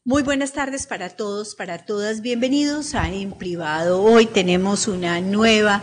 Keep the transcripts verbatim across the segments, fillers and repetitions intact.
Muy buenas tardes para todos, para todas. Bienvenidos a En Privado. Hoy tenemos una nueva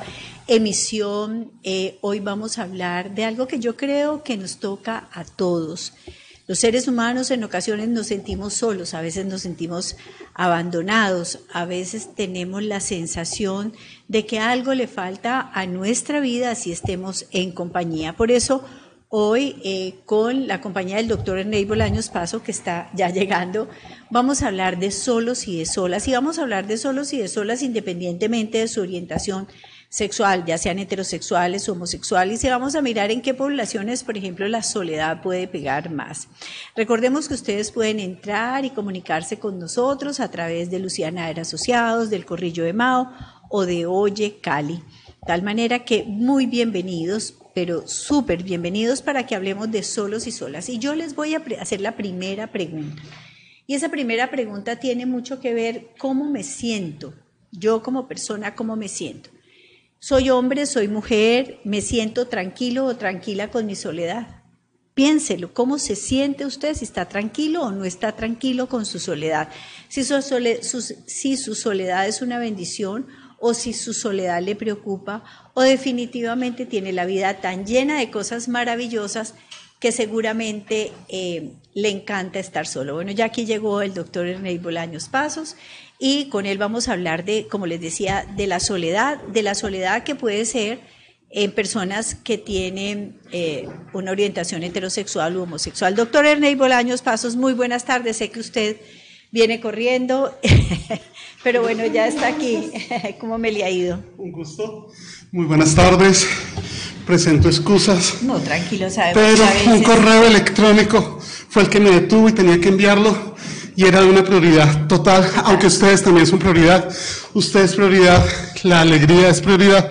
emisión. Eh, hoy vamos a hablar de algo que yo creo que nos toca a todos. Los seres humanos en ocasiones nos sentimos solos, a veces nos sentimos abandonados, a veces tenemos la sensación de que algo le falta a nuestra vida así estemos en compañía. Por eso, hoy, eh, con la compañía del doctor Ernei Bolaños Paso, que está ya llegando, vamos a hablar de solos y de solas, y vamos a hablar de solos y de solas independientemente de su orientación sexual, ya sean heterosexuales o homosexuales, y vamos a mirar en qué poblaciones, por ejemplo, la soledad puede pegar más. Recordemos que ustedes pueden entrar y comunicarse con nosotros a través de Luciana Era Asociados, del Corrillo de Mao o de Oye Cali. De tal manera que muy bienvenidos, pero súper bienvenidos para que hablemos de solos y solas. Y yo les voy a hacer la primera pregunta. Y esa primera pregunta tiene mucho que ver cómo me siento, yo como persona, cómo me siento. Soy hombre, soy mujer, me siento tranquilo o tranquila con mi soledad. Piénselo, ¿cómo se siente usted? Si está tranquilo o no está tranquilo con su soledad. Si su, sole, su, si su soledad es una bendición o si su soledad le preocupa o definitivamente tiene la vida tan llena de cosas maravillosas que seguramente eh, le encanta estar solo. Bueno, ya aquí llegó el doctor Ernei Bolaños Pasos y con él vamos a hablar de, como les decía, de la soledad, de la soledad que puede ser en personas que tienen eh, una orientación heterosexual u homosexual. Doctor Ernei Bolaños Pasos, muy buenas tardes, sé que usted viene corriendo, pero bueno, ya está aquí. ¿Cómo me le ha ido? Un gusto. Muy buenas tardes. Presento excusas. No, tranquilo, sabemos. Pero un correo electrónico fue el que me detuvo y tenía que enviarlo y era de una prioridad total, total. Aunque ustedes también son prioridad. Ustedes es prioridad, la alegría es prioridad.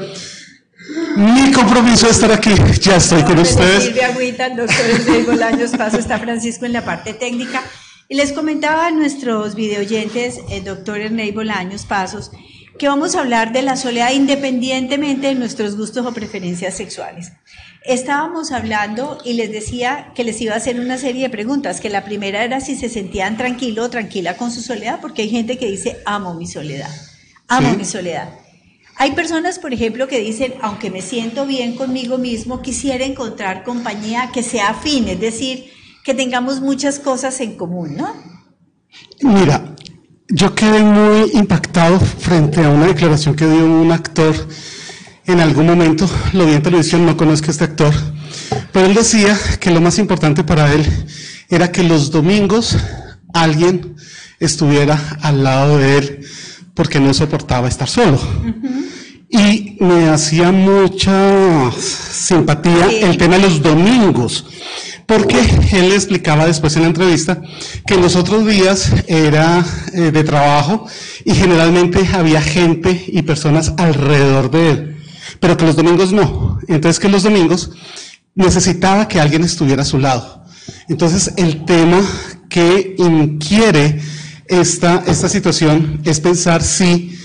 Mi compromiso de estar aquí, ya estoy no, con ustedes. Silvia Agüita, el doctor Ernei Bolaños Paso, está Francisco en la parte técnica. Y les comentaba a nuestros videoyentes, el doctor Ernei Bolaños Pasos, que vamos a hablar de la soledad independientemente de nuestros gustos o preferencias sexuales. Estábamos hablando y les decía que les iba a hacer una serie de preguntas, que la primera era si se sentían tranquilo o tranquila con su soledad, porque hay gente que dice, amo mi soledad, amo ¿Sí? mi soledad. Hay personas, por ejemplo, que dicen, aunque me siento bien conmigo mismo, quisiera encontrar compañía que sea afín, es decir, que tengamos muchas cosas en común, ¿no? Mira, yo quedé muy impactado frente a una declaración que dio un actor en algún momento, lo vi en televisión, no conozco a este actor, pero él decía que lo más importante para él era que los domingos alguien estuviera al lado de él porque no soportaba estar solo. Uh-huh. Y me hacía mucha simpatía sí. el tema de los domingos. Porque él explicaba después en la entrevista que en los otros días era eh, de trabajo y generalmente había gente y personas alrededor de él, pero que los domingos no. Entonces que los domingos necesitaba que alguien estuviera a su lado. Entonces el tema que inquiere esta, esta situación es pensar si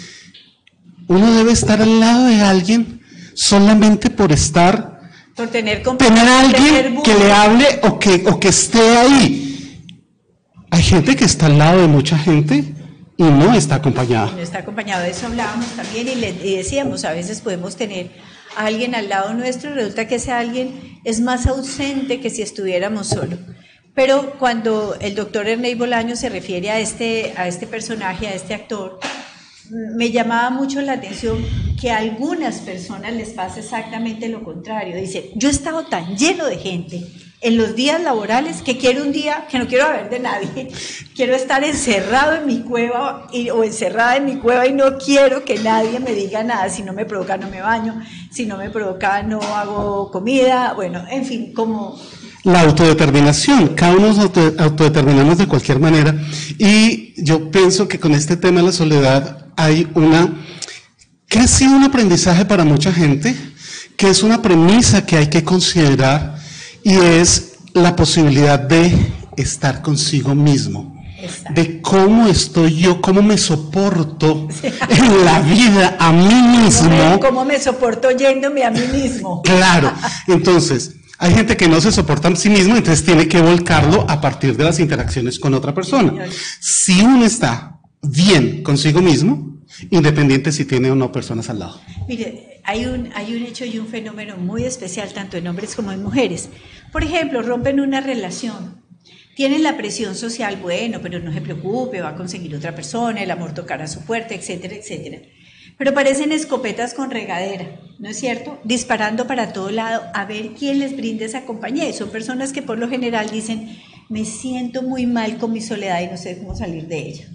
uno debe estar al lado de alguien solamente por estar Por tener, tener a alguien que le hable o que, o que esté ahí. Hay gente que está al lado de mucha gente y no está acompañada. No está acompañado, de eso hablábamos también y le y decíamos, a veces podemos tener a alguien al lado nuestro y resulta que ese alguien es más ausente que si estuviéramos solos. Pero cuando el doctor Ernei Bolaños se refiere a este, a este personaje, a este actor, me llamaba mucho la atención que a algunas personas les pasa exactamente lo contrario. Dicen, yo he estado tan lleno de gente en los días laborales que quiero un día que no quiero saber de nadie, quiero estar encerrado en mi cueva y, o encerrada en mi cueva y no quiero que nadie me diga nada. Si no me provoca no me baño, si no me provoca no hago comida, bueno, en fin, como... La autodeterminación, cada uno nos auto, autodeterminamos de cualquier manera y yo pienso que con este tema de la soledad hay una, que ha sido un aprendizaje para mucha gente, que es una premisa que hay que considerar y es la posibilidad de estar consigo mismo. Exacto. De cómo estoy yo, cómo me soporto sí. en la vida a mí mismo. ¿Cómo me, cómo me soporto yéndome a mí mismo? Claro, entonces... Hay gente que no se soporta a sí mismo, entonces tiene que volcarlo a partir de las interacciones con otra persona. Si uno está bien consigo mismo, independiente si tiene o no personas al lado. Mire, hay un, hay un hecho y un fenómeno muy especial tanto en hombres como en mujeres. Por ejemplo, rompen una relación, tienen la presión social, bueno, pero no se preocupe, va a conseguir otra persona, el amor tocará su puerta, etcétera, etcétera. Pero parecen escopetas con regadera, ¿no es cierto? Disparando para todo lado a ver quién les brinda esa compañía. Y son personas que por lo general dicen, me siento muy mal con mi soledad y no sé cómo salir de ella.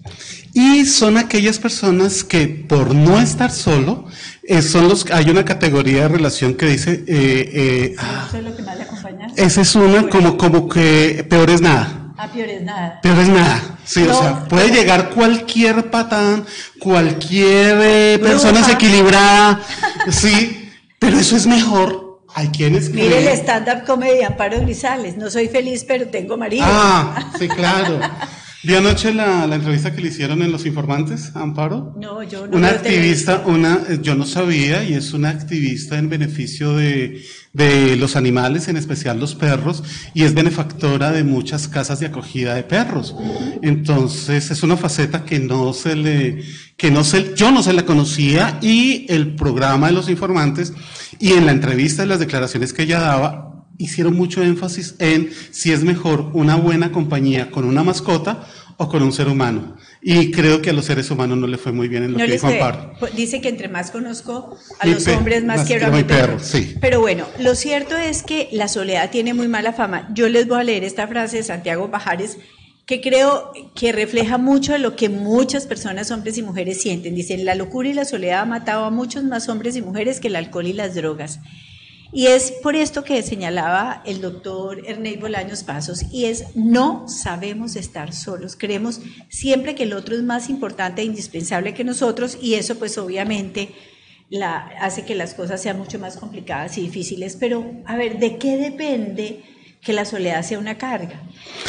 Y son aquellas personas que por no estar solo, eh, son los, hay una categoría de relación que dice... Eh, eh, ¿Eso es lo que más le acompaña? Esa es una como, como que peor es nada. Ah, peor es nada. Peor es nada, sí, no, o sea, puede no. llegar cualquier patán, cualquier eh, persona desequilibrada, sí, pero eso es mejor. Hay quienes creen... Mire el stand-up comedy Amparo Grisales, no soy feliz, pero tengo marido. Ah, sí, claro. ¿Vi anoche la, la entrevista que le hicieron en Los Informantes, Amparo? No, yo no. Una activista, una, yo no sabía, y es una activista en beneficio de, de los animales, en especial los perros, y es benefactora de muchas casas de acogida de perros. Entonces, es una faceta que no se le, que no se, yo no se la conocía, y el programa de Los Informantes, y en la entrevista, en las declaraciones que ella daba, hicieron mucho énfasis en si es mejor una buena compañía con una mascota o con un ser humano. Y creo que a los seres humanos no le fue muy bien en lo no que dijo Amparo. Dice que entre más conozco a mi los hombres, más, más quiero a mi perro. perro sí. Pero bueno, lo cierto es que la soledad tiene muy mala fama. Yo les voy a leer esta frase de Santiago Pajares, que creo que refleja mucho de lo que muchas personas, hombres y mujeres, sienten. Dicen, la locura y la soledad ha matado a muchos más hombres y mujeres que el alcohol y las drogas. Y es por esto que señalaba el doctor Ernest Bolaños Pasos, y es no sabemos estar solos, creemos siempre que el otro es más importante e indispensable que nosotros, y eso pues obviamente la, hace que las cosas sean mucho más complicadas y difíciles. Pero a ver, ¿de qué depende que la soledad sea una carga?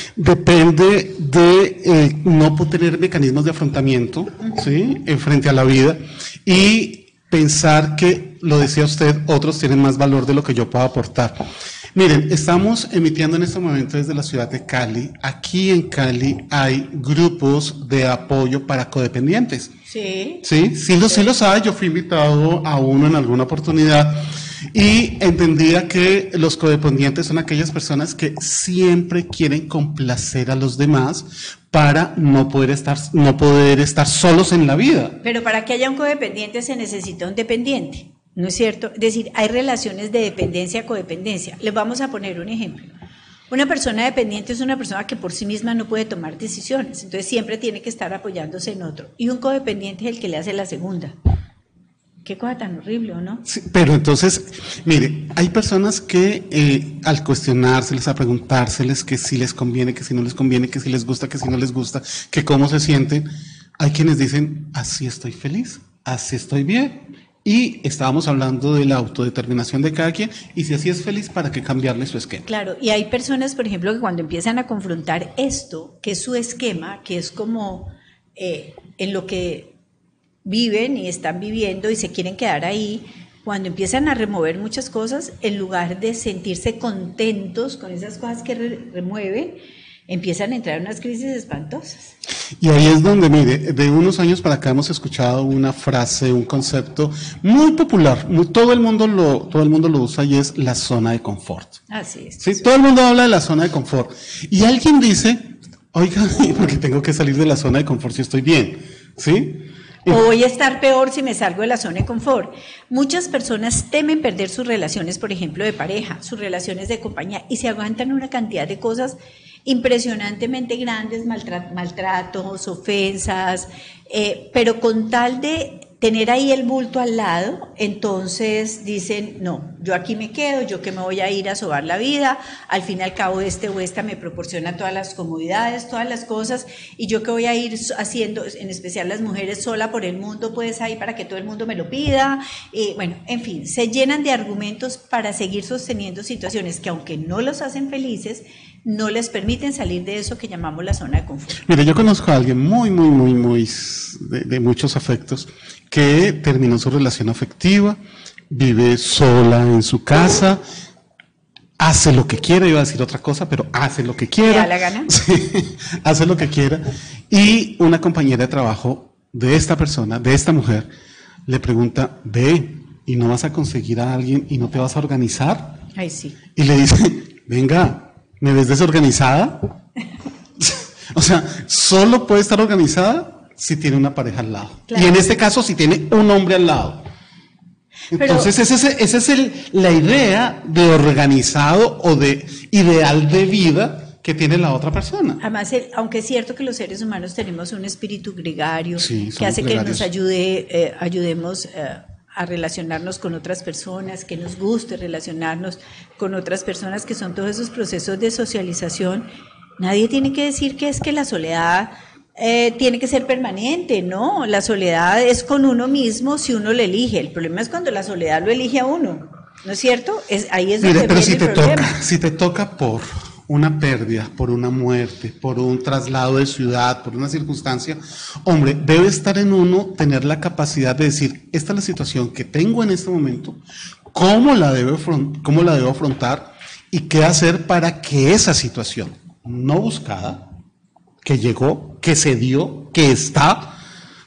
Depende de eh, no tener mecanismos de afrontamiento, uh-huh. ¿sí? En frente a la vida, y pensar que, lo decía usted, otros tienen más valor de lo que yo puedo aportar. Miren, estamos emitiendo en este momento desde la ciudad de Cali. Aquí en Cali hay grupos de apoyo para codependientes. Sí. Sí, sí los, sí los hay. Yo fui invitado a uno en alguna oportunidad y entendía que los codependientes son aquellas personas que siempre quieren complacer a los demás para no poder estar, no poder estar solos en la vida. Pero para que haya un codependiente se necesita un dependiente, ¿no es cierto? Es decir, hay relaciones de dependencia a codependencia. Les vamos a poner un ejemplo. Una persona dependiente es una persona que por sí misma no puede tomar decisiones, entonces siempre tiene que estar apoyándose en otro. Y un codependiente es el que le hace la segunda. Qué cosa tan horrible, ¿o no? Sí, pero entonces, mire, hay personas que eh, al cuestionárseles, a preguntárseles que si les conviene, que si no les conviene, que si les gusta, que si no les gusta, que cómo se sienten, hay quienes dicen, así estoy feliz, así estoy bien. Y estábamos hablando de la autodeterminación de cada quien, y si así es feliz, ¿para qué cambiarle su esquema? Claro, y hay personas, por ejemplo, que cuando empiezan a confrontar esto, que es su esquema, que es como eh, en lo que viven y están viviendo y se quieren quedar ahí, cuando empiezan a remover muchas cosas, en lugar de sentirse contentos con esas cosas que re remueven, empiezan a entrar en unas crisis espantosas. Y ahí es donde, mire, de unos años para acá hemos escuchado una frase, un concepto muy popular, muy, todo el mundo lo, todo el mundo lo usa, y es la zona de confort. Así es. Sí, todo el mundo habla de la zona de confort. Y alguien dice, oiga, ¿por qué tengo que salir de la zona de confort si estoy bien? ¿Sí? O voy a estar peor si me salgo de la zona de confort. Muchas personas temen perder sus relaciones, por ejemplo, de pareja, sus relaciones de compañía, y se aguantan una cantidad de cosas impresionantemente grandes, maltra maltratos, ofensas, eh, pero con tal de tener ahí el bulto al lado, entonces dicen, no, yo aquí me quedo, yo que me voy a ir a sobar la vida, al fin y al cabo este o esta me proporciona todas las comodidades, todas las cosas, y yo que voy a ir haciendo, en especial las mujeres, sola por el mundo, pues ahí para que todo el mundo me lo pida, eh, bueno, en fin, se llenan de argumentos para seguir sosteniendo situaciones que aunque no los hacen felices, no les permiten salir de eso que llamamos la zona de confort. Mire, yo conozco a alguien muy, muy, muy, muy de, de muchos afectos que terminó su relación afectiva, vive sola en su casa, hace lo que quiere, iba a decir otra cosa, pero hace lo que quiera. ¿Le da la gana? Sí, hace lo que quiera. Y una compañera de trabajo de esta persona, de esta mujer, le pregunta, ve, ¿y no vas a conseguir a alguien y no te vas a organizar? Ay, sí. Y le dice, venga, ¿me ves desorganizada? O sea, solo puede estar organizada si tiene una pareja al lado. Claro. Y en este caso, si tiene un hombre al lado. Entonces, esa es, ese es el, la idea de organizado o de ideal de vida que tiene la otra persona. Además, el, aunque es cierto que los seres humanos tenemos un espíritu gregario, sí, que hace gregarios. que nos ayude, eh, ayudemos eh, a relacionarnos con otras personas, que nos guste relacionarnos con otras personas, que son todos esos procesos de socialización. Nadie tiene que decir que es que la soledad eh, tiene que ser permanente, ¿no? La soledad es con uno mismo si uno lo elige. El problema es cuando la soledad lo elige a uno, ¿no es cierto? Es, ahí es donde Mire, pero viene si el te problema. toca, si te toca por una pérdida, por una muerte, por un traslado de ciudad, por una circunstancia, hombre, debe estar en uno tener la capacidad de decir, esta es la situación que tengo en este momento, cómo la debo, cómo la debo afrontar y qué hacer para que esa situación no buscada, que llegó, que se dio, que está,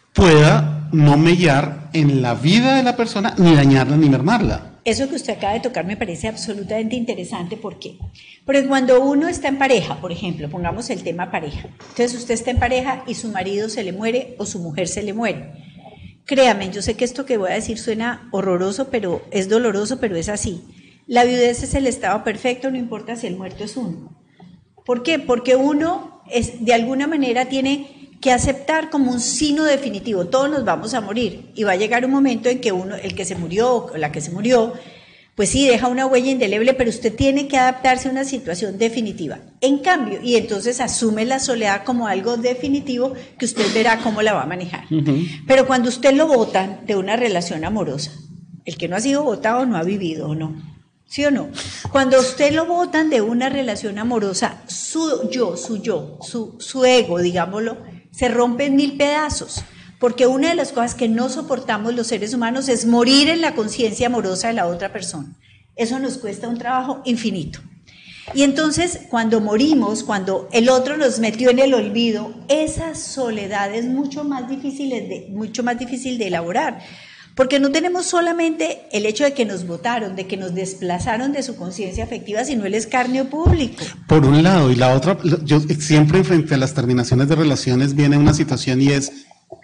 pueda no mellar en la vida de la persona, ni dañarla ni mermarla. Eso que usted acaba de tocar me parece absolutamente interesante. ¿Por qué? Porque cuando uno está en pareja, por ejemplo, pongamos el tema pareja. Entonces usted está en pareja y su marido se le muere o su mujer se le muere. Créame, yo sé que esto que voy a decir suena horroroso, pero es doloroso, pero es así. La viudez es el estado perfecto, no importa si el muerto es uno. ¿Por qué? Porque uno es, de alguna manera tiene que aceptar como un signo definitivo, todos nos vamos a morir y va a llegar un momento en que uno, el que se murió o la que se murió, pues sí, deja una huella indeleble, pero usted tiene que adaptarse a una situación definitiva. En cambio, y entonces asume la soledad como algo definitivo que usted verá cómo la va a manejar. Uh-huh. Pero cuando usted lo botan de una relación amorosa, el que no ha sido votado no ha vivido, ¿o no? ¿Sí o no? Cuando usted lo botan de una relación amorosa, su yo, su yo, su, su ego, digámoslo, se rompe en mil pedazos, porque una de las cosas que no soportamos los seres humanos es morir en la conciencia amorosa de la otra persona. Eso nos cuesta un trabajo infinito. Y entonces, cuando morimos, cuando el otro nos metió en el olvido, esa soledad es mucho más difícil de, mucho más difícil de elaborar. Porque no tenemos solamente el hecho de que nos votaron, de que nos desplazaron de su conciencia afectiva, sino el escarnio público. Por un lado, y la otra, yo siempre frente a las terminaciones de relaciones viene una situación y es,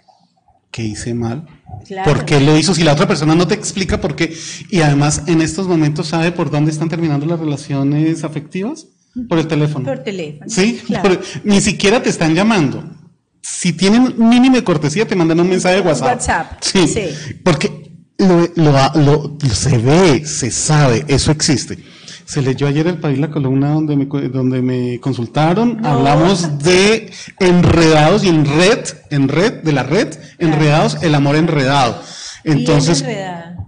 ¿qué hice mal? Claro. ¿Por qué lo hizo? Si la otra persona no te explica por qué, y además en estos momentos sabe por dónde están terminando las relaciones afectivas, por el teléfono. Por teléfono. Sí, claro. Por, ni siquiera te están llamando. Si tienen mínimo de cortesía, te mandan un mensaje de WhatsApp. WhatsApp, sí, sí. Porque lo, lo, lo, lo, se ve, se sabe, eso existe. Se leyó ayer El País la columna donde me, donde me consultaron, no. Hablamos de enredados y en red, en red, de la red, enredados, el amor enredado. Entonces, enredado.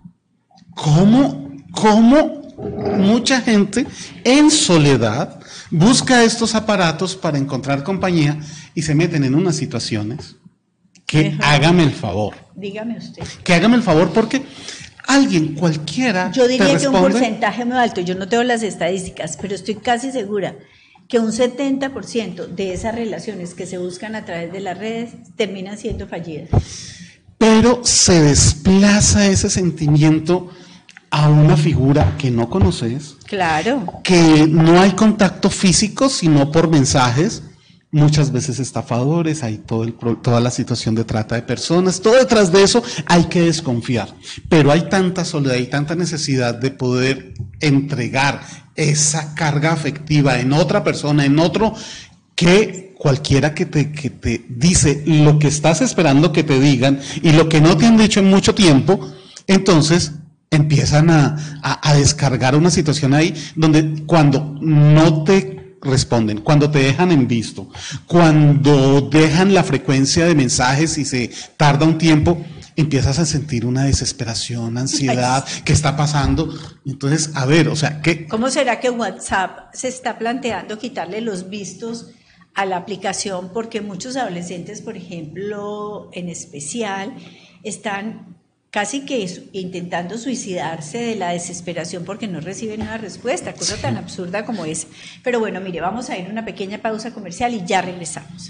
¿cómo, cómo mucha gente en soledad busca estos aparatos para encontrar compañía y se meten en unas situaciones que Deja. hágame el favor. Dígame usted. Que hágame el favor porque alguien cualquiera Yo diría te que responde, un porcentaje muy alto, yo no tengo las estadísticas, pero estoy casi segura que un setenta por ciento de esas relaciones que se buscan a través de las redes terminan siendo fallidas. Pero se desplaza ese sentimiento a una figura que no conoces. Claro. Que no hay contacto físico, sino por mensajes. Muchas veces estafadores, hay todo el, toda la situación de trata de personas, todo detrás de eso hay que desconfiar, pero hay tanta soledad y tanta necesidad de poder entregar esa carga afectiva en otra persona, en otro, que cualquiera que te, que te dice lo que estás esperando que te digan y lo que no te han dicho en mucho tiempo, entonces empiezan a, a, a descargar una situación ahí donde cuando no te responden, cuando te dejan en visto, cuando dejan la frecuencia de mensajes y se tarda un tiempo, empiezas a sentir una desesperación, ansiedad, ¿qué está pasando? Entonces, a ver, o sea, ¿qué? ¿Cómo será que WhatsApp se está planteando quitarle los vistos a la aplicación? Porque muchos adolescentes, por ejemplo, en especial, están casi que intentando suicidarse de la desesperación porque no reciben una respuesta, cosa tan absurda como esa. Pero bueno, mire, vamos a ir a una pequeña pausa comercial y ya regresamos.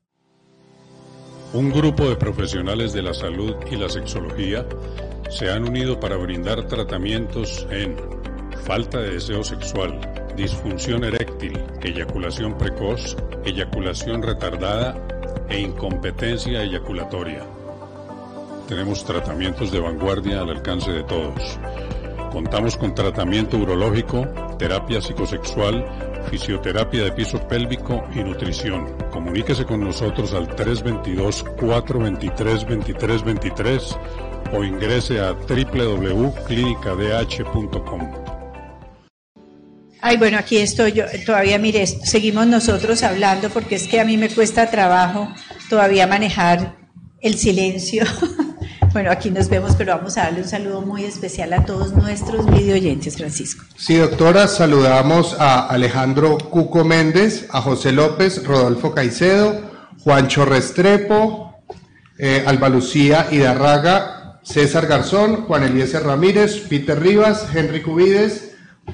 Un grupo de profesionales de la salud y la sexología se han unido para brindar tratamientos en falta de deseo sexual, disfunción eréctil, eyaculación precoz, eyaculación retardada e incompetencia eyaculatoria. Tenemos tratamientos de vanguardia al alcance de todos. Contamos con tratamiento urológico, terapia psicosexual, fisioterapia de piso pélvico y nutrición. Comuníquese con nosotros al tres dos dos, cuatro dos tres, dos tres dos tres o ingrese a doble u doble u doble u punto clínica d h punto com. Ay, bueno, aquí estoy yo, todavía mire, seguimos nosotros hablando porque es que a mí me cuesta trabajo todavía manejar el silencio. Bueno, aquí nos vemos, pero vamos a darle un saludo muy especial a todos nuestros video oyentes, Francisco. Sí, doctora, saludamos a Alejandro Cuco Méndez, a José López, Rodolfo Caicedo, Juancho Restrepo, eh, Alba Lucía Hidarraga, César Garzón, Juan Eliezer Ramírez, Peter Rivas, Henry Cubides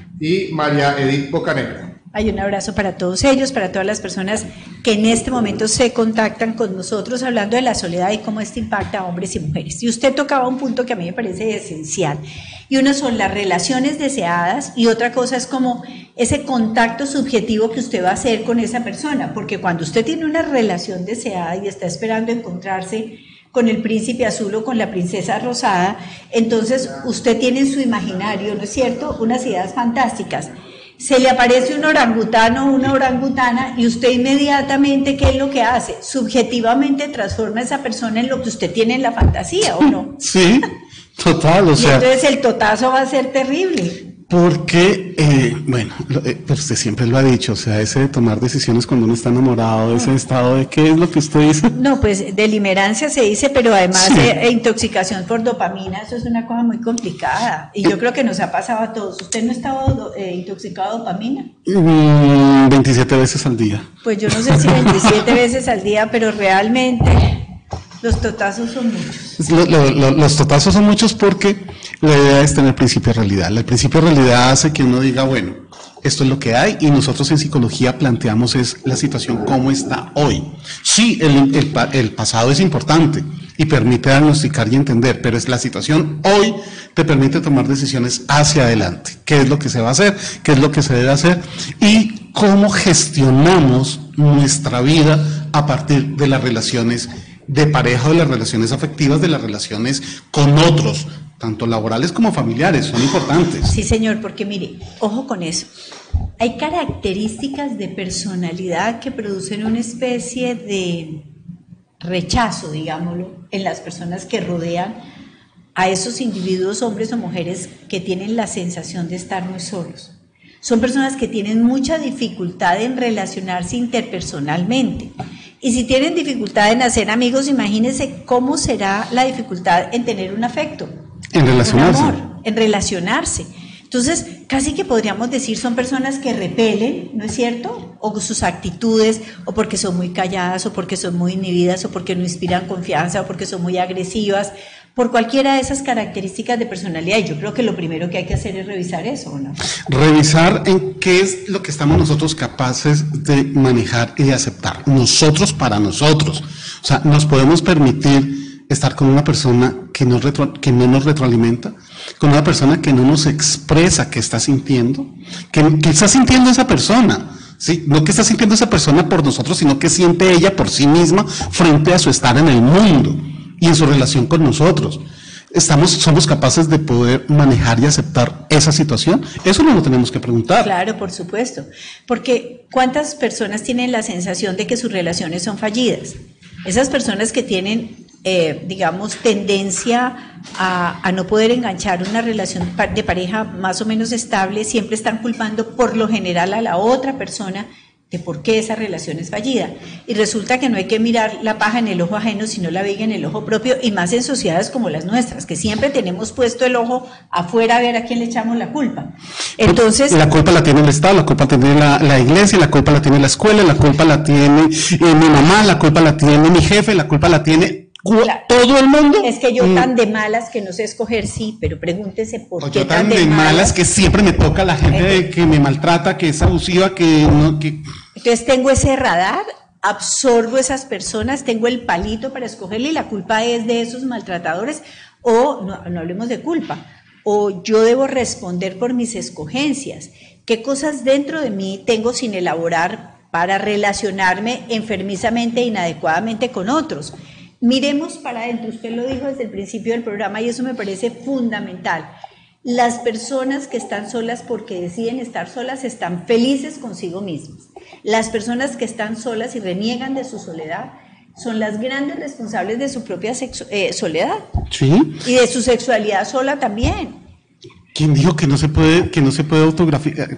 y María Edith Bocanegra. Hay un abrazo para todos ellos, para todas las personas que en este momento se contactan con nosotros hablando de la soledad y cómo esto impacta a hombres y mujeres. Y usted tocaba un punto que a mí me parece esencial. Y uno son las relaciones deseadas y otra cosa es como ese contacto subjetivo que usted va a hacer con esa persona. Porque cuando usted tiene una relación deseada y está esperando encontrarse con el príncipe azul o con la princesa rosada, entonces usted tiene en su imaginario, ¿no es cierto?, unas ideas fantásticas. Se le aparece un orangutano o una orangutana y usted inmediatamente, ¿qué es lo que hace? Subjetivamente transforma a esa persona en lo que usted tiene en la fantasía, ¿o no? Sí, total, o y sea... entonces el totazo va a ser terrible. Porque, eh, bueno, lo, eh, pues usted siempre lo ha dicho, o sea, ese de tomar decisiones cuando uno está enamorado, ese estado de qué es lo que usted dice. No, pues delimerancia se dice, pero además sí. eh, intoxicación por dopamina, eso es una cosa muy complicada. Y yo creo que nos ha pasado a todos. ¿Usted no ha estado eh, intoxicado de dopamina? Mm, veintisiete veces al día. Pues yo no sé si veintisiete veces al día, pero realmente... Los totazos son muchos. Lo, lo, lo, los totazos son muchos porque la idea es tener principio de realidad. El principio de realidad hace que uno diga, bueno, esto es lo que hay y nosotros en psicología planteamos es la situación como está hoy. Sí, el, el, el pasado es importante y permite diagnosticar y entender, pero es la situación hoy te permite tomar decisiones hacia adelante. ¿Qué es lo que se va a hacer? ¿Qué es lo que se debe hacer? Y cómo gestionamos nuestra vida a partir de las relaciones de pareja, de las relaciones afectivas, de las relaciones con otros, tanto laborales como familiares, son importantes. Sí, señor, porque mire, ojo con eso. Hay características de personalidad que producen una especie de rechazo, digámoslo, en las personas que rodean a esos individuos, hombres o mujeres, que tienen la sensación de estar muy solos. Son personas que tienen mucha dificultad en relacionarse interpersonalmente. Y si tienen dificultad en hacer amigos, imagínense cómo será la dificultad en tener un afecto. En relacionarse. Un amor, en relacionarse. Entonces, casi que podríamos decir son personas que repelen, ¿no es cierto? O sus actitudes, o porque son muy calladas, o porque son muy inhibidas, o porque no inspiran confianza, o porque son muy agresivas, por cualquiera de esas características de personalidad. Y yo creo que lo primero que hay que hacer es revisar eso, ¿no? Revisar en qué es lo que estamos nosotros capaces de manejar y de aceptar. Nosotros para nosotros. O sea, nos podemos permitir estar con una persona que, nos retro, que no nos retroalimenta, con una persona que no nos expresa qué está sintiendo, que, que está sintiendo esa persona. ¿Sí? No que está sintiendo esa persona por nosotros, sino que siente ella por sí misma frente a su estar en el mundo y en su relación con nosotros. Estamos, somos capaces de poder manejar y aceptar esa situación. Eso no lo tenemos que preguntar. Claro, por supuesto. Porque ¿cuántas personas tienen la sensación de que sus relaciones son fallidas? Esas personas que tienen, eh, digamos, tendencia a, a no poder enganchar una relación de pareja más o menos estable, siempre están culpando por lo general a la otra persona de por qué esa relación es fallida. Y resulta que no hay que mirar la paja en el ojo ajeno, sino la viga en el ojo propio, y más en sociedades como las nuestras, que siempre tenemos puesto el ojo afuera a ver a quién le echamos la culpa. Entonces, la culpa la tiene el Estado, la culpa la tiene la, la iglesia, la culpa la tiene la escuela, la culpa la tiene eh, mi mamá, la culpa la tiene mi jefe, la culpa la tiene Claro. ¿Todo el mundo? Es que yo Mm. tan de malas que no sé escoger, sí, pero pregúntese por O qué yo tan de malas que siempre me toca la gente Eh. que me maltrata, que es abusiva, que no, que... Entonces tengo ese radar, absorbo esas personas, tengo el palito para escogerle y la culpa es de esos maltratadores, o no, no hablemos de culpa, o yo debo responder por mis escogencias. ¿Qué cosas dentro de mí tengo sin elaborar para relacionarme enfermizamente e inadecuadamente con otros? Miremos para adentro, usted lo dijo desde el principio del programa y eso me parece fundamental. Las personas que están solas porque deciden estar solas están felices consigo mismas. Las personas que están solas y reniegan de su soledad son las grandes responsables de su propia sexo, eh, soledad. Sí. Y de su sexualidad sola también. ¿Quién dijo que no se puede, que no se puede autografi-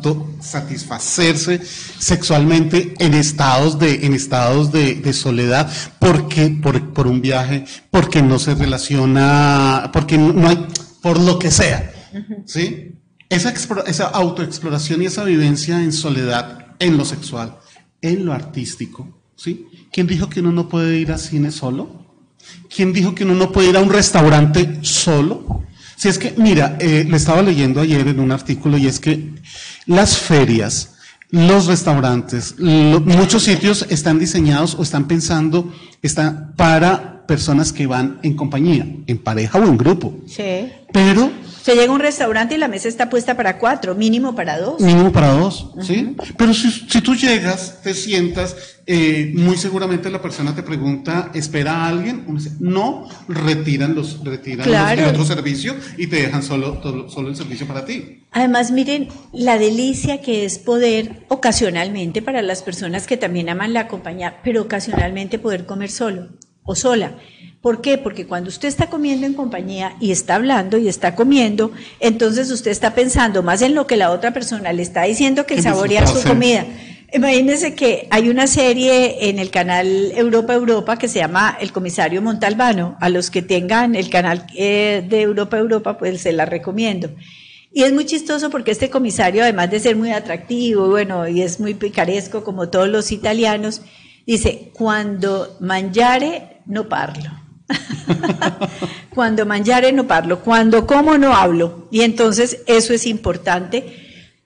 autosatisfacerse sexualmente en estados de, en estados de, de soledad? Porque, por, por un viaje, porque no se relaciona, porque no, no hay, por lo que sea, ¿sí? Esa, explora, esa autoexploración y esa vivencia en soledad, en lo sexual, en lo artístico, ¿sí? ¿Quién dijo que uno no puede ir a cine solo? ¿Quién dijo que uno no puede ir a un restaurante solo? Si es que, mira, eh, lo estaba leyendo ayer en un artículo y es que las ferias, los restaurantes, lo, muchos sitios están diseñados o están pensando están para personas que van en compañía, en pareja o en grupo. Sí. Pero Se llega a un restaurante y la mesa está puesta para cuatro, mínimo para dos. mínimo para dos, ¿sí? Pero si, si tú llegas, te sientas, eh, muy seguramente la persona te pregunta, ¿espera a alguien? Uno dice, no, retiran los, retiran Claro. los, el otro servicio y te dejan solo, todo- solo el servicio para ti. Además, miren la delicia que es poder ocasionalmente para las personas que también aman la compañía, pero ocasionalmente poder comer solo o sola. ¿Por qué? Porque cuando usted está comiendo en compañía y está hablando y está comiendo, entonces usted está pensando más en lo que la otra persona le está diciendo que en En saborear su disfrutarse. comida. Imagínense que hay una serie en el canal Europa Europa que se llama El Comisario Montalbano. A los que tengan el canal eh, de Europa Europa, pues se la recomiendo. Y es muy chistoso porque este comisario, además de ser muy atractivo, bueno, y es muy picaresco como todos los italianos, dice, cuando mangiare no parlo. Cuando mangiare no parlo, cuando como no hablo. Y entonces eso es importante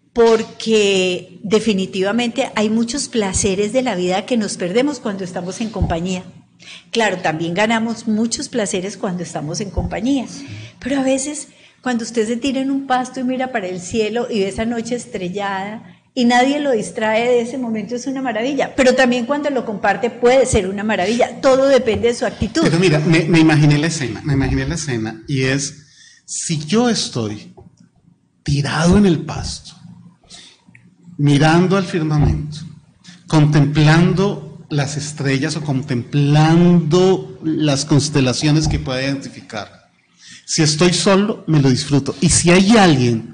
porque definitivamente hay muchos placeres de la vida que nos perdemos cuando estamos en compañía. Claro, también ganamos muchos placeres cuando estamos en compañía, pero a veces cuando usted se tira en un pasto y mira para el cielo y ve esa noche estrellada y nadie lo distrae de ese momento, es una maravilla, pero también cuando lo comparte puede ser una maravilla, todo depende de su actitud. Pero mira, me, me imaginé la escena, me imaginé la escena y es, si yo estoy tirado en el pasto, mirando al firmamento, contemplando las estrellas o contemplando las constelaciones que pueda identificar, si estoy solo, me lo disfruto. Y si hay alguien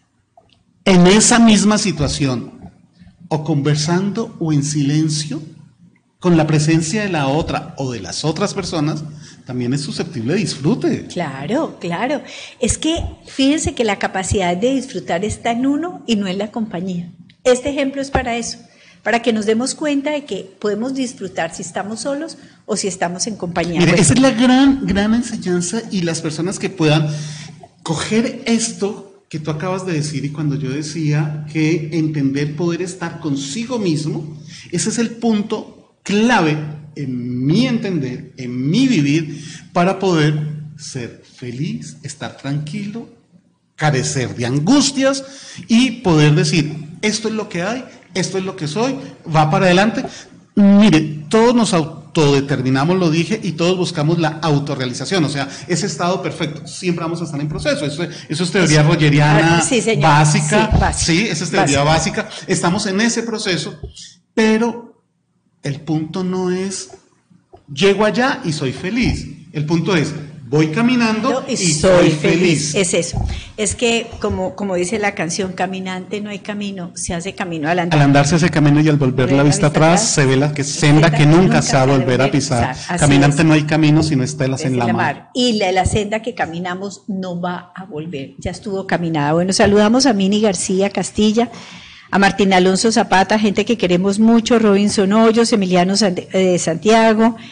en esa misma situación, o conversando o en silencio, con la presencia de la otra o de las otras personas, también es susceptible de disfrute. Claro, claro. Es que fíjense que la capacidad de disfrutar está en uno y no en la compañía. Este ejemplo es para eso, para que nos demos cuenta de que podemos disfrutar si estamos solos o si estamos en compañía. Mira, Bueno, esa es la gran, gran enseñanza, y las personas que puedan coger esto que tú acabas de decir, y cuando yo decía que entender poder estar consigo mismo, ese es el punto clave en mi entender, en mi vivir, para poder ser feliz, estar tranquilo, carecer de angustias y poder decir, esto es lo que hay, esto es lo que soy, va para adelante. Mire, todos nos autodeterminamos, lo dije, y todos buscamos la autorrealización, o sea, ese estado perfecto, siempre vamos a estar en proceso, eso, eso es teoría Eso. rogeriana Ah, sí, señor. básica, Sí, básica. sí, esa es teoría básica, estamos en ese proceso, pero el punto no es, llego allá y soy feliz, el punto es, voy caminando y, soy feliz. Es eso. Es que, como, como dice la canción, caminante no hay camino, se hace camino al andar. Al andar se hace camino y al volver la vista atrás se ve la que senda que nunca se va a volver a pisar. Así Caminante es. no hay camino sino estelas Es en la la mar. mar. Y la, la senda que caminamos no va a volver, ya estuvo caminada. Bueno, saludamos a Mini García Castilla, a Martín Alonso Zapata, gente que queremos mucho, Robinson Hoyos, Emiliano Sant- eh, Santiago,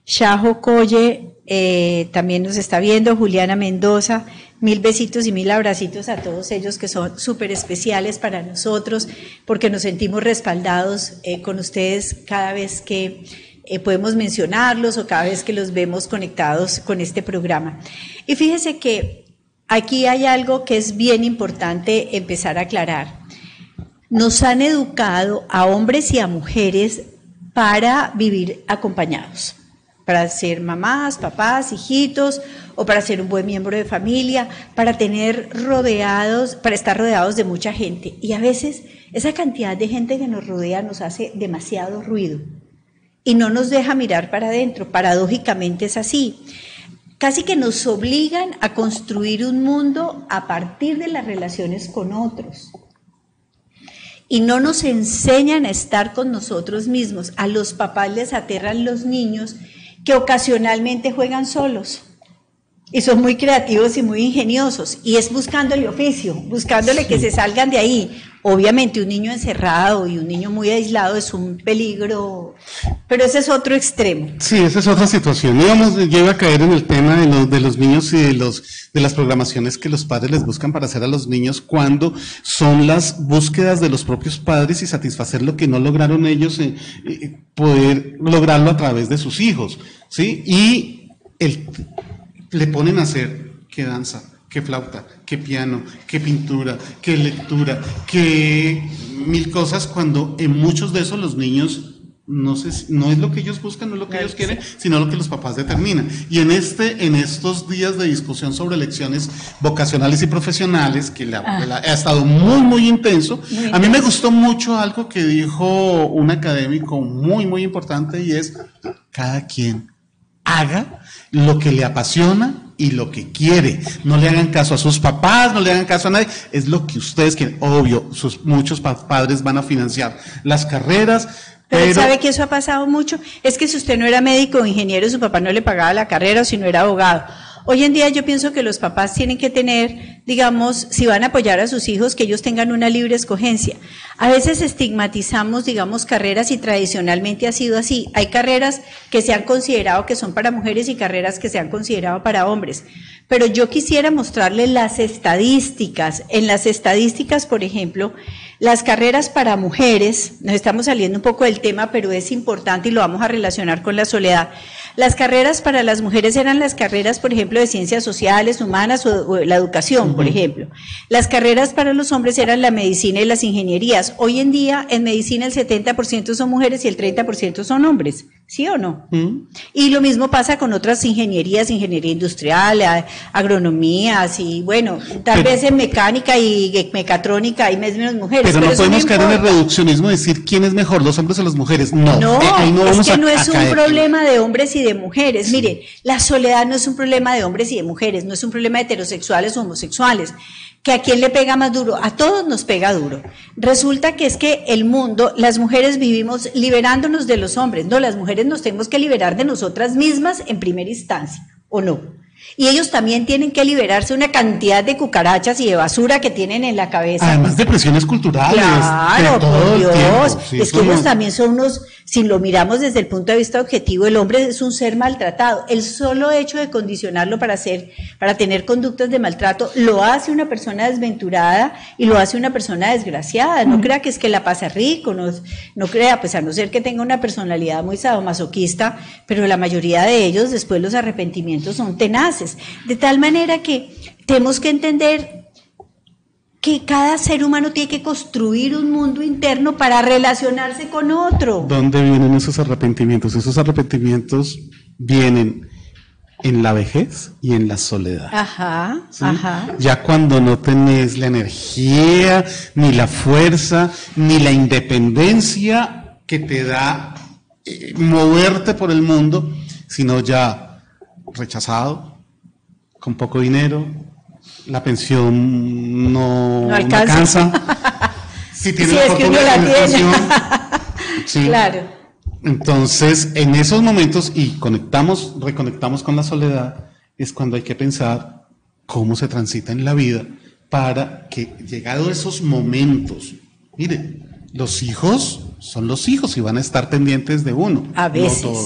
Shajo Colle eh, también nos está viendo, Juliana Mendoza, mil besitos y mil abracitos a todos ellos que son súper especiales para nosotros, porque nos sentimos respaldados eh, con ustedes cada vez que eh, podemos mencionarlos o cada vez que los vemos conectados con este programa. Y fíjese que aquí hay algo que es bien importante empezar a aclarar. Nos han educado a hombres y a mujeres para vivir acompañados, para ser mamás, papás, hijitos, o para ser un buen miembro de familia, para tener rodeados, para estar rodeados de mucha gente. Y a veces esa cantidad de gente que nos rodea nos hace demasiado ruido y no nos deja mirar para adentro. Paradójicamente es así. Casi que nos obligan a construir un mundo a partir de las relaciones con otros. Y no nos enseñan a estar con nosotros mismos. A los papás les aterran los niños que ocasionalmente juegan solos y son muy creativos y muy ingeniosos, y es buscándole oficio, buscándole sí. que se salgan de ahí. Obviamente un niño encerrado y un niño muy aislado es un peligro, pero ese es otro extremo. Sí, esa es otra situación. Íbamos, yo iba a caer en el tema de los, de los niños y de, los, de las programaciones que los padres les buscan para hacer a los niños, cuando son las búsquedas de los propios padres y satisfacer lo que no lograron ellos, eh, eh, poder lograrlo a través de sus hijos, ¿sí? Y el, le ponen a hacer qué danza, qué flauta, qué piano, qué pintura, qué lectura, qué mil cosas, cuando en muchos de esos los niños no sé, no es lo que ellos buscan, no es lo que ellos quieren, sino lo que los papás determinan. Y en este, en estos días de discusión sobre elecciones vocacionales y profesionales, que la, ah. la, ha estado muy, muy intenso, muy a mí me gustó mucho algo que dijo un académico muy, muy importante, y es: cada quien haga lo que le apasiona y lo que quiere. No le hagan caso a sus papás, no le hagan caso a nadie, es lo que ustedes quieren. Obvio, sus, muchos padres van a financiar las carreras, pero, pero ¿sabe que eso ha pasado mucho? Es que si usted no era médico o ingeniero, su papá no le pagaba la carrera, o si no era abogado. Hoy en día yo pienso que los papás tienen que tener, digamos, si van a apoyar a sus hijos, que ellos tengan una libre escogencia. A veces estigmatizamos, digamos, carreras, y tradicionalmente ha sido así. Hay carreras que se han considerado que son para mujeres y carreras que se han considerado para hombres. Pero yo quisiera mostrarles las estadísticas. En las estadísticas, por ejemplo, las carreras para mujeres, nos estamos saliendo un poco del tema, pero es importante y lo vamos a relacionar con la soledad. Las carreras para las mujeres eran las carreras, por ejemplo, de ciencias sociales, humanas, o, o la educación, uh-huh. por ejemplo. Las carreras para los hombres eran la medicina y las ingenierías. Hoy en día, en medicina el setenta por ciento son mujeres y el treinta por ciento son hombres, ¿sí o no? Uh-huh. Y lo mismo pasa con otras ingenierías, ingeniería industrial, agronomías, y bueno, tal pero, vez en mecánica y mecatrónica hay menos mujeres. Pero, pero no podemos no caer en el reduccionismo y decir quién es mejor, los hombres o las mujeres. No, no, eh, ahí no es vamos que a, no es a un caer. problema de hombres y de mujeres. Sí. Miren, la soledad no es un problema de hombres y de mujeres, no es un problema de heterosexuales o homosexuales. ¿Que a quién le pega más duro? A todos nos pega duro. Resulta que es que el mundo, las mujeres vivimos liberándonos de los hombres. No, las mujeres nos tenemos que liberar de nosotras mismas en primera instancia, ¿o no? Y ellos también tienen que liberarse una cantidad de cucarachas y de basura que tienen en la cabeza. Además de presiones culturales. Claro, de todo por Dios. Sí, es que ellos no... también son unos, si lo miramos desde el punto de vista objetivo, el hombre es un ser maltratado. El solo hecho de condicionarlo para hacer, para tener conductas de maltrato, lo hace una persona desventurada y lo hace una persona desgraciada. No uh-huh. crea que es que la pasa rico, no, no crea, pues a no ser que tenga una personalidad muy sadomasoquista, pero la mayoría de ellos, después los arrepentimientos son tenaces. De tal manera que tenemos que entender que cada ser humano tiene que construir un mundo interno para relacionarse con otro. ¿Dónde vienen esos arrepentimientos? Esos arrepentimientos vienen en la vejez y en la soledad. Ajá, ¿sí? ajá. Ya cuando no tenés la energía, ni la fuerza, ni la independencia que te da eh, moverte por el mundo, sino ya rechazado, con poco dinero, la pensión no, no alcanza. No alcanza. Si tiene sí, la es que uno la tiene. Sí. Claro. Entonces, en esos momentos, y conectamos, reconectamos con la soledad, es cuando hay que pensar cómo se transita en la vida para que, llegado esos momentos, mire, los hijos son los hijos y van a estar pendientes de uno. A veces. No todos.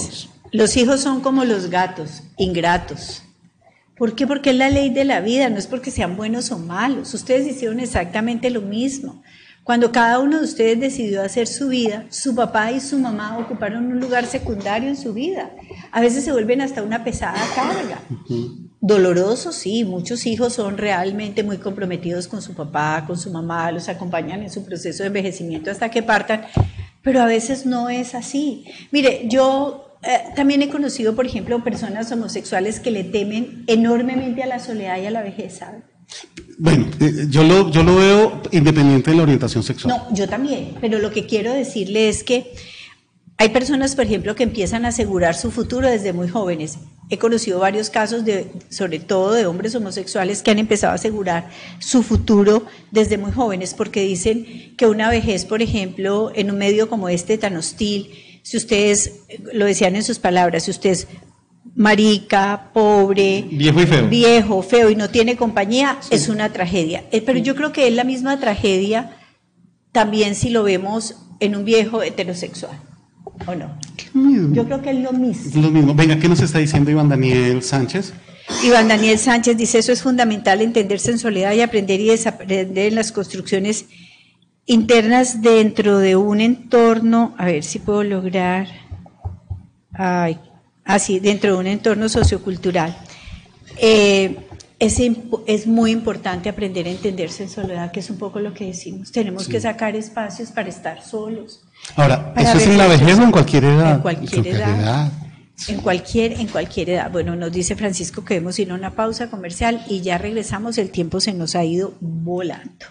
Los hijos son como los gatos, ingratos. ¿Por qué? Porque es la ley de la vida, no es porque sean buenos o malos. Ustedes hicieron exactamente lo mismo. Cuando cada uno de ustedes decidió hacer su vida, su papá y su mamá ocuparon un lugar secundario en su vida. A veces se vuelven hasta una pesada carga. Uh-huh. Doloroso, sí, muchos hijos son realmente muy comprometidos con su papá, con su mamá, los acompañan en su proceso de envejecimiento hasta que partan, pero a veces no es así. Mire, yo eh, también he conocido, por ejemplo, personas homosexuales que le temen enormemente a la soledad y a la vejez, ¿sabe? Bueno, eh, yo, lo, yo lo veo independiente de la orientación sexual. No, yo también, pero lo que quiero decirle es que hay personas, por ejemplo, que empiezan a asegurar su futuro desde muy jóvenes. He conocido varios casos, de, sobre todo de hombres homosexuales, que han empezado a asegurar su futuro desde muy jóvenes, porque dicen que una vejez, por ejemplo, en un medio como este tan hostil, si ustedes, lo decían en sus palabras, si usted es marica, pobre, viejo y feo, viejo, feo y no tiene compañía, sí, es una tragedia. Pero yo creo que es la misma tragedia también si lo vemos en un viejo heterosexual, ¿o no? Yo creo que es lo mismo. Es lo mismo. Venga, ¿qué nos está diciendo Iván Daniel Sánchez? Iván Daniel Sánchez dice, eso es fundamental, entenderse en soledad y aprender y desaprender en las construcciones internas dentro de un entorno, a ver si puedo lograr, ay, así, dentro de un entorno sociocultural. Eh, es, es muy importante aprender a entenderse en soledad, que es un poco lo que decimos. Tenemos sí. que sacar espacios para estar solos. Ahora, ¿eso es en la vejez o en cualquier edad? En cualquier, en cualquier edad. edad. En cualquier, en cualquier edad. Bueno, nos dice Francisco que debemos ir a una pausa comercial y ya regresamos, el tiempo se nos ha ido volando.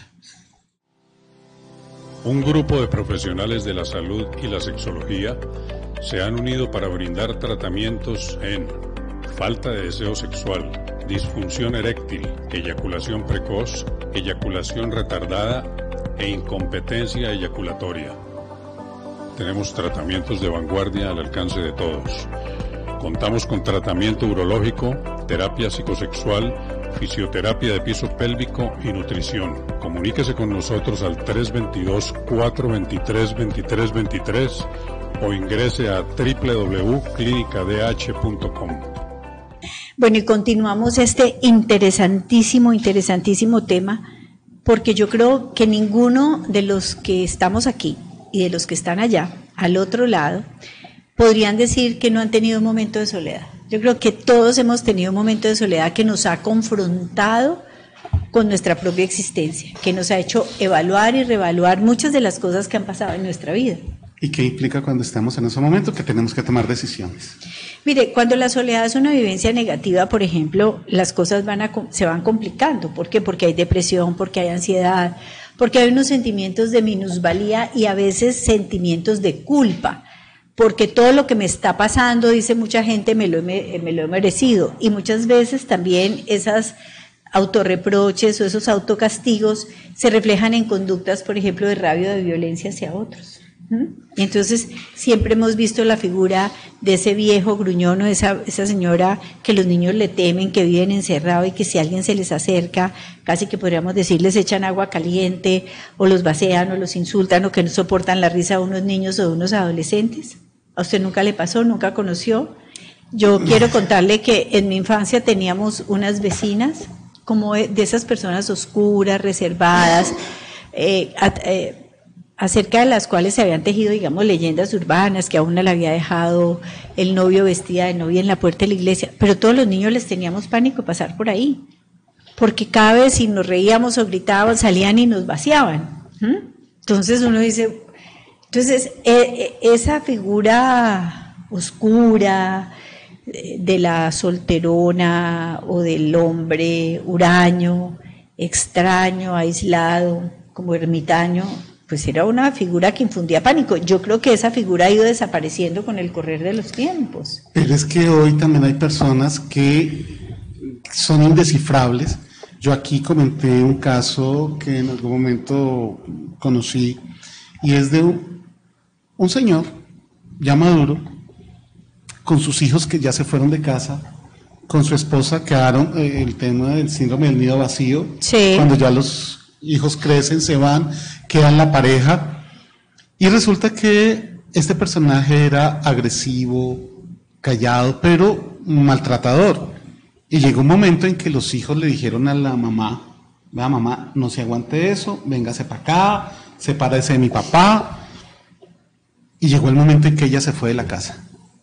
Un grupo de profesionales de la salud y la sexología se han unido para brindar tratamientos en falta de deseo sexual, disfunción eréctil, eyaculación precoz, eyaculación retardada e incompetencia eyaculatoria. Tenemos tratamientos de vanguardia al alcance de todos. Contamos con tratamiento urológico, terapia psicosexual, fisioterapia de piso pélvico y nutrición. Comuníquese con nosotros al tres dos dos, cuatro dos tres, dos tres dos tres o ingrese a doble u doble u doble u punto clínica d h punto com. Bueno, y continuamos este interesantísimo, interesantísimo tema, porque yo creo que ninguno de los que estamos aquí y de los que están allá, al otro lado, podrían decir que no han tenido un momento de soledad. Yo creo que todos hemos tenido un momento de soledad que nos ha confrontado con nuestra propia existencia, que nos ha hecho evaluar y reevaluar muchas de las cosas que han pasado en nuestra vida. ¿Y qué implica cuando estamos en ese momento? Que tenemos que tomar decisiones. Mire, cuando la soledad es una vivencia negativa, por ejemplo, las cosas van a, se van complicando. ¿Por qué? Porque hay depresión, porque hay ansiedad, porque hay unos sentimientos de minusvalía y a veces sentimientos de culpa. Porque todo lo que me está pasando, dice mucha gente, me lo he, me lo he merecido. Y muchas veces también esas autorreproches o esos autocastigos se reflejan en conductas, por ejemplo, de rabia o de violencia hacia otros. Y entonces siempre hemos visto la figura de ese viejo gruñón o de esa, esa señora que los niños le temen, que viven encerrados y que si alguien se les acerca, casi que podríamos decir, les echan agua caliente o los vacían o los insultan o que no soportan la risa de unos niños o de unos adolescentes. ¿A usted nunca le pasó? ¿Nunca conoció? Yo quiero contarle que en mi infancia teníamos unas vecinas como de esas personas oscuras, reservadas, eh, eh, acerca de las cuales se habían tejido, digamos, leyendas urbanas, que a una le había dejado el novio vestida de novia en la puerta de la iglesia, pero todos los niños les teníamos pánico de pasar por ahí, porque cada vez si nos reíamos o gritábamos, salían y nos vaciaban. ¿Mm? Entonces uno dice, entonces eh, esa figura oscura de la solterona o del hombre huraño, extraño, aislado, como ermitaño, pues era una figura que infundía pánico. Yo creo que esa figura ha ido desapareciendo con el correr de los tiempos. Pero es que hoy también hay personas que son indescifrables. Yo aquí comenté un caso que en algún momento conocí, y es de un, un señor ya maduro, con sus hijos que ya se fueron de casa, con su esposa, quedaron eh, el tema del síndrome del nido vacío, sí. Cuando ya los hijos crecen, se van, quedan la pareja, y resulta que este personaje era agresivo, callado, pero maltratador. Y llegó un momento en que los hijos le dijeron a la mamá, vea mamá, no se aguante eso, véngase para acá, sepárese de mi papá. Y llegó el momento en que ella se fue de la casa.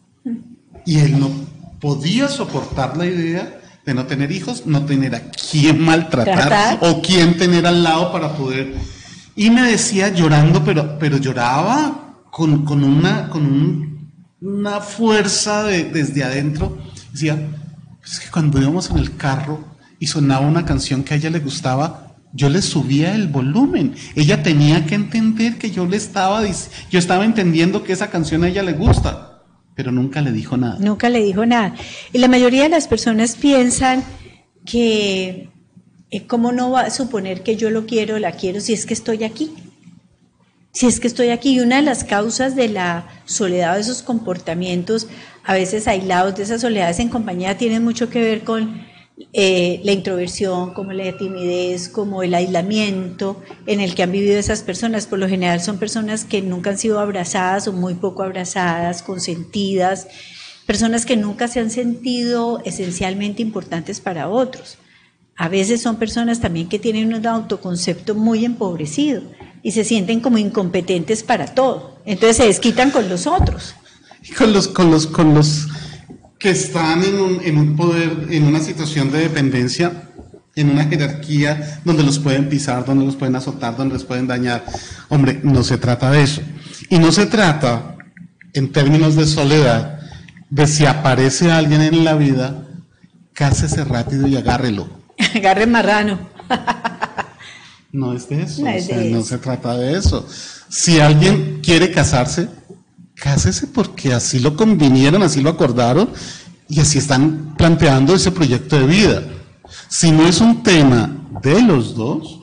Y él no podía soportar la idea de no tener hijos, no tener a quién maltratar ¿Tratar? o quién tener al lado para poder. Y me decía llorando, pero, pero lloraba con, con, una, con un, una fuerza de, desde adentro. Decía, es que cuando íbamos en el carro y sonaba una canción que a ella le gustaba, yo le subía el volumen. Ella tenía que entender que yo le estaba, yo estaba entendiendo que esa canción a ella le gusta, pero nunca le dijo nada. Nunca le dijo nada. Y la mayoría de las personas piensan que, eh, ¿cómo no va a suponer que yo lo quiero o la quiero si es que estoy aquí? Si es que estoy aquí. Y una de las causas de la soledad, de esos comportamientos, a veces aislados, de esas soledades en compañía, tienen mucho que ver con Eh, la introversión, como la timidez, como el aislamiento en el que han vivido esas personas. Por lo general son personas que nunca han sido abrazadas o muy poco abrazadas, consentidas, personas que nunca se han sentido esencialmente importantes para otros. A veces son personas también que tienen un autoconcepto muy empobrecido y se sienten como incompetentes para todo, entonces se desquitan con los otros. Con los, con los, con los que están en un, en un poder, en una situación de dependencia, en una jerarquía donde los pueden pisar, donde los pueden azotar, donde los pueden dañar. Hombre, no se trata de eso. Y no se trata, en términos de soledad, de si aparece alguien en la vida, cásese rápido y agárrelo. Agarre marrano. No es de eso, no, o es sea, de no eso. se trata de eso. Si alguien quiere casarse, cásese porque así lo convinieron, así lo acordaron y así están planteando ese proyecto de vida. Si no es un tema de los dos,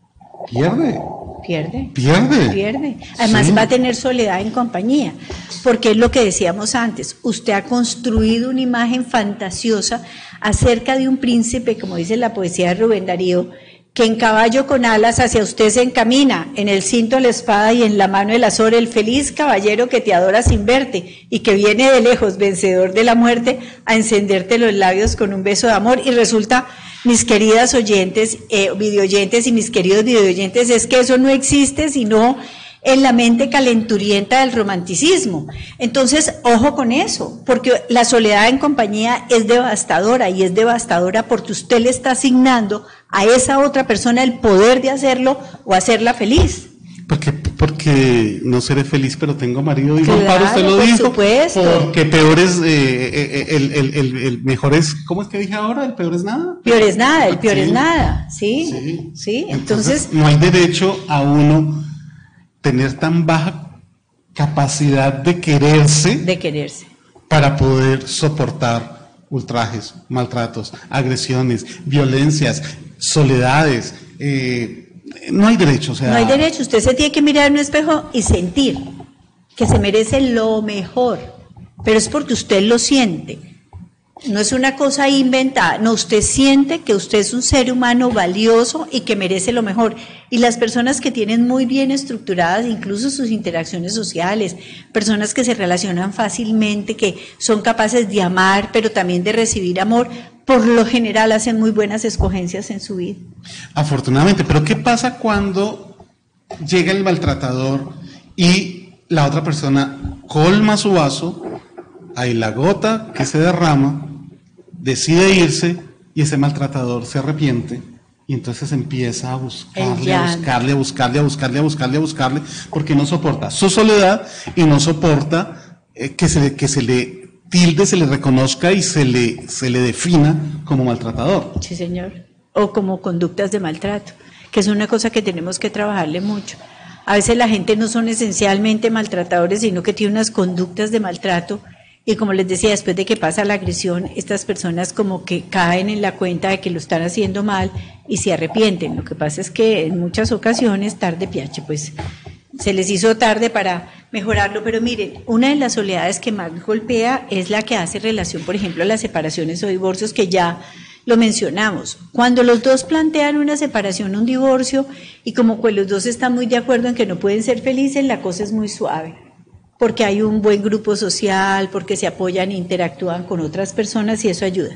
pierde. Pierde. Pierde. Pierde. Además sí. Va a tener soledad en compañía, porque es lo que decíamos antes, usted ha construido una imagen fantasiosa acerca de un príncipe, como dice la poesía de Rubén Darío, que en caballo con alas hacia usted se encamina, en el cinto la espada y en la mano el azor, el feliz caballero que te adora sin verte y que viene de lejos, vencedor de la muerte, a encenderte los labios con un beso de amor. Y resulta, mis queridas oyentes, eh, videoyentes y mis queridos videoyentes, es que eso no existe sino en la mente calenturienta del romanticismo. Entonces, ojo con eso, porque la soledad en compañía es devastadora, y es devastadora porque usted le está asignando a esa otra persona el poder de hacerlo o hacerla feliz. Porque, porque no seré feliz, pero tengo marido. Y Juan Claro, Pablo, usted lo por dijo. supuesto. Porque peor es, eh, el, el, el, el mejor es, ¿cómo es que dije ahora? ¿El peor es nada? Peor es nada, el peor Sí. es nada, ¿sí? Sí. Sí, entonces, Entonces, no hay derecho a uno tener tan baja capacidad de quererse de quererse. para poder soportar ultrajes, maltratos, agresiones, violencias, soledades. Eh, no hay derecho, o sea. No hay derecho, usted se tiene que mirar en un espejo y sentir que se merece lo mejor, pero es porque usted lo siente. No es una cosa inventada, no, usted siente que usted es un ser humano valioso y que merece lo mejor. Y las personas que tienen muy bien estructuradas incluso sus interacciones sociales, personas que se relacionan fácilmente, que son capaces de amar, pero también de recibir amor, por lo general hacen muy buenas escogencias en su vida. Afortunadamente, pero ¿qué pasa cuando llega el maltratador y la otra persona colma su vaso, hay la gota que se derrama, decide irse y ese maltratador se arrepiente y entonces empieza a buscarle, a buscarle, a buscarle, a buscarle, a buscarle, a buscarle, porque no soporta su soledad y no soporta eh, que, se le, que se le tilde, se le reconozca y se le, se le defina como maltratador. Sí, señor. O como conductas de maltrato, que es una cosa que tenemos que trabajarle mucho. A veces la gente no son esencialmente maltratadores, sino que tiene unas conductas de maltrato. Y como les decía, después de que pasa la agresión, estas personas como que caen en la cuenta de que lo están haciendo mal y se arrepienten. Lo que pasa es que en muchas ocasiones, tarde piache, pues se les hizo tarde para mejorarlo. Pero miren, una de las soledades que más golpea es la que hace relación, por ejemplo, a las separaciones o divorcios, que ya lo mencionamos. Cuando los dos plantean una separación, un divorcio, y como pues los dos están muy de acuerdo en que no pueden ser felices, la cosa es muy suave. porque hay un buen grupo social, porque se apoyan e interactúan con otras personas y eso ayuda.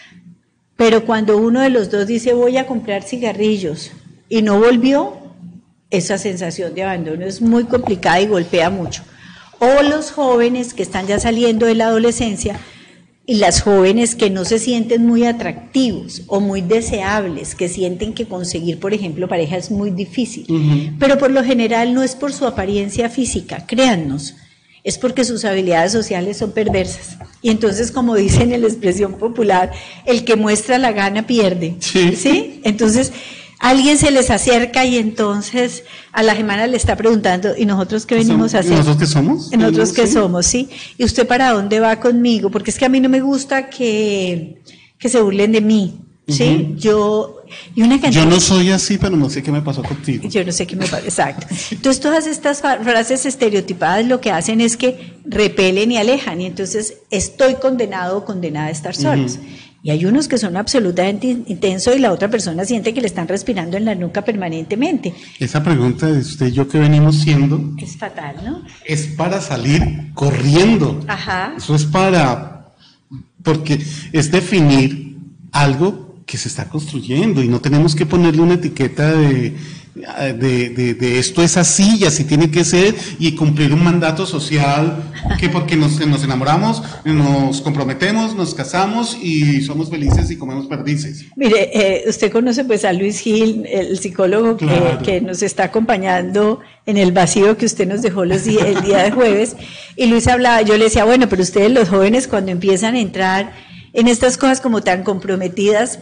Pero cuando uno de los dos dice voy a comprar cigarrillos y no volvió, esa sensación de abandono es muy complicada y golpea mucho. O los jóvenes que están ya saliendo de la adolescencia y las jóvenes que no se sienten muy atractivos o muy deseables, que sienten que conseguir, por ejemplo, pareja es muy difícil. Uh-huh. Pero por lo general no es por su apariencia física, créannos, es porque sus habilidades sociales son perversas. Y entonces, como dicen en la expresión popular, el que muestra la gana pierde. Sí. ¿Sí? Entonces, alguien se les acerca y entonces a la semana le está preguntando, ¿y nosotros qué venimos a hacer? ¿Nosotros qué somos? ¿Nosotros qué somos? Sí. ¿Y usted para dónde va conmigo? Porque es que a mí no me gusta que, que se burlen de mí. ¿Sí? Uh-huh. Yo... Y una cantidad, yo no soy así, pero no sé qué me pasó contigo. Yo no sé qué me pasó, exacto. Entonces, todas estas frases estereotipadas lo que hacen es que repelen y alejan, y entonces estoy condenado o condenada a estar solos. Uh-huh. Y hay unos que son absolutamente intensos y la otra persona siente que le están respirando en la nuca permanentemente. Esa pregunta de usted y yo que venimos siendo... Es fatal, ¿no? Es para salir corriendo. Ajá. Eso es para... Porque es definir algo que se está construyendo y no tenemos que ponerle una etiqueta de, de, de, de esto es así y así tiene que ser y cumplir un mandato social que porque nos, nos enamoramos, nos comprometemos, nos casamos y somos felices y comemos perdices. Mire, eh, usted conoce pues a Luis Gil, el psicólogo claro. que, que nos está acompañando en el vacío que usted nos dejó los días, el día de jueves, y Luis hablaba, yo le decía, bueno, pero ustedes los jóvenes cuando empiezan a entrar en estas cosas como tan comprometidas,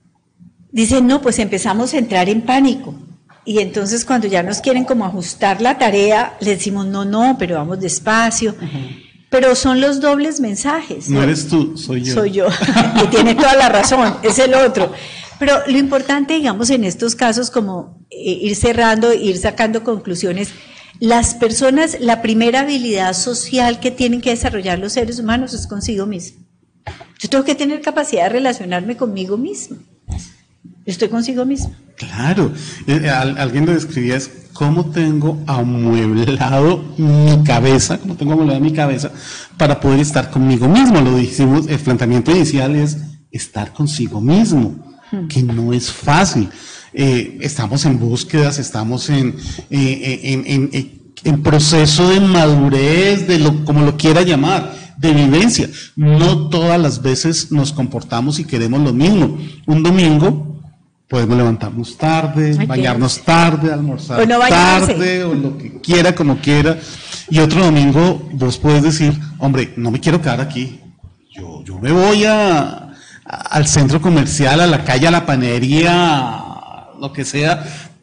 dicen, no, pues empezamos a entrar en pánico. Y entonces cuando ya nos quieren como ajustar la tarea, le decimos, no, no, pero vamos despacio. Uh-huh. Pero son los dobles mensajes. No, ¿no? Eres tú, soy yo. Soy yo, que tiene toda la razón, es el otro. Pero lo importante, digamos, en estos casos, como eh, ir cerrando, ir sacando conclusiones, las personas, la primera habilidad social que tienen que desarrollar los seres humanos es consigo mismo. Yo tengo que tener capacidad de relacionarme conmigo mismo. Estoy consigo mismo. Claro. Eh, alguien lo describía es cómo tengo amueblado mi cabeza, cómo tengo amueblado mi cabeza para poder estar conmigo mismo. Lo dijimos, el planteamiento inicial es estar consigo mismo, hmm. que no es fácil. Eh, estamos en búsquedas, estamos en, eh, en, en, en, en proceso de madurez, de lo, como lo quiera llamar. De vivencia. No todas las veces nos comportamos y queremos lo mismo. Un domingo podemos levantarnos tarde, okay. bañarnos tarde, almorzar o no tarde, o lo que quiera, como quiera. Y otro domingo vos puedes decir, hombre, no me quiero quedar aquí. Yo, yo me voy a, a, al centro comercial, a la calle, a la panadería, lo que sea.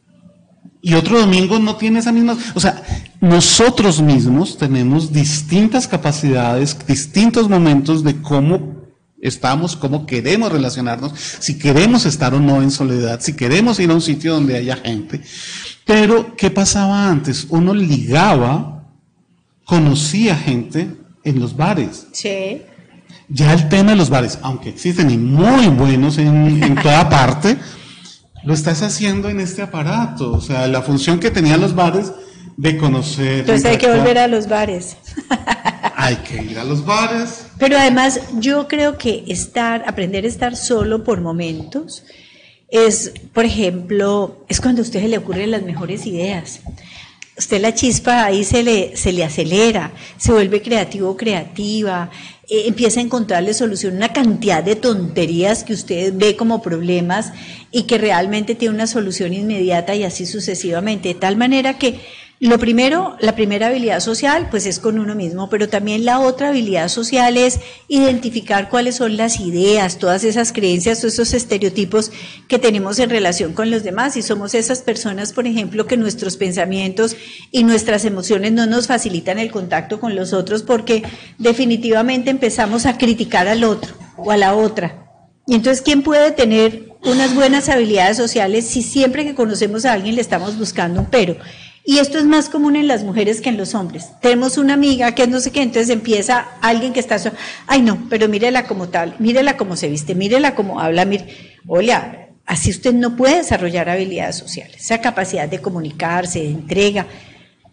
Y otro domingo no tiene esa misma... O sea, nosotros mismos tenemos distintas capacidades, distintos momentos de cómo estamos, cómo queremos relacionarnos, si queremos estar o no en soledad, si queremos ir a un sitio donde haya gente. Pero, ¿qué pasaba antes? Uno ligaba, conocía gente en los bares. Sí. Ya el tema de los bares, aunque existen y muy buenos en, en toda parte... Lo estás haciendo en este aparato, o sea, la función que tenían los bares de conocer... Entonces hay que volver a los bares. Hay que ir a los bares. Pero además yo creo que estar, aprender a estar solo por momentos es, por ejemplo, es cuando a usted se le ocurren las mejores ideas. Usted la chispa ahí se le, se le acelera, se vuelve creativo o creativa, eh, empieza a encontrarle solución a una cantidad de tonterías que usted ve como problemas y que realmente tiene una solución inmediata y así sucesivamente, de tal manera que lo primero, la primera habilidad social, pues es con uno mismo, pero también la otra habilidad social es identificar cuáles son las ideas, todas esas creencias, todos esos estereotipos que tenemos en relación con los demás, y somos esas personas, por ejemplo, que nuestros pensamientos y nuestras emociones no nos facilitan el contacto con los otros porque definitivamente empezamos a criticar al otro o a la otra. Y entonces, ¿quién puede tener unas buenas habilidades sociales si siempre que conocemos a alguien le estamos buscando un pero? Y esto es más común en las mujeres que en los hombres. Tenemos una amiga que es no sé qué, entonces empieza alguien que está, so- ay no, pero mírela como tal, mírela como se viste, mírela como habla, mire, oiga, así usted no puede desarrollar habilidades sociales, esa capacidad de comunicarse, de entrega.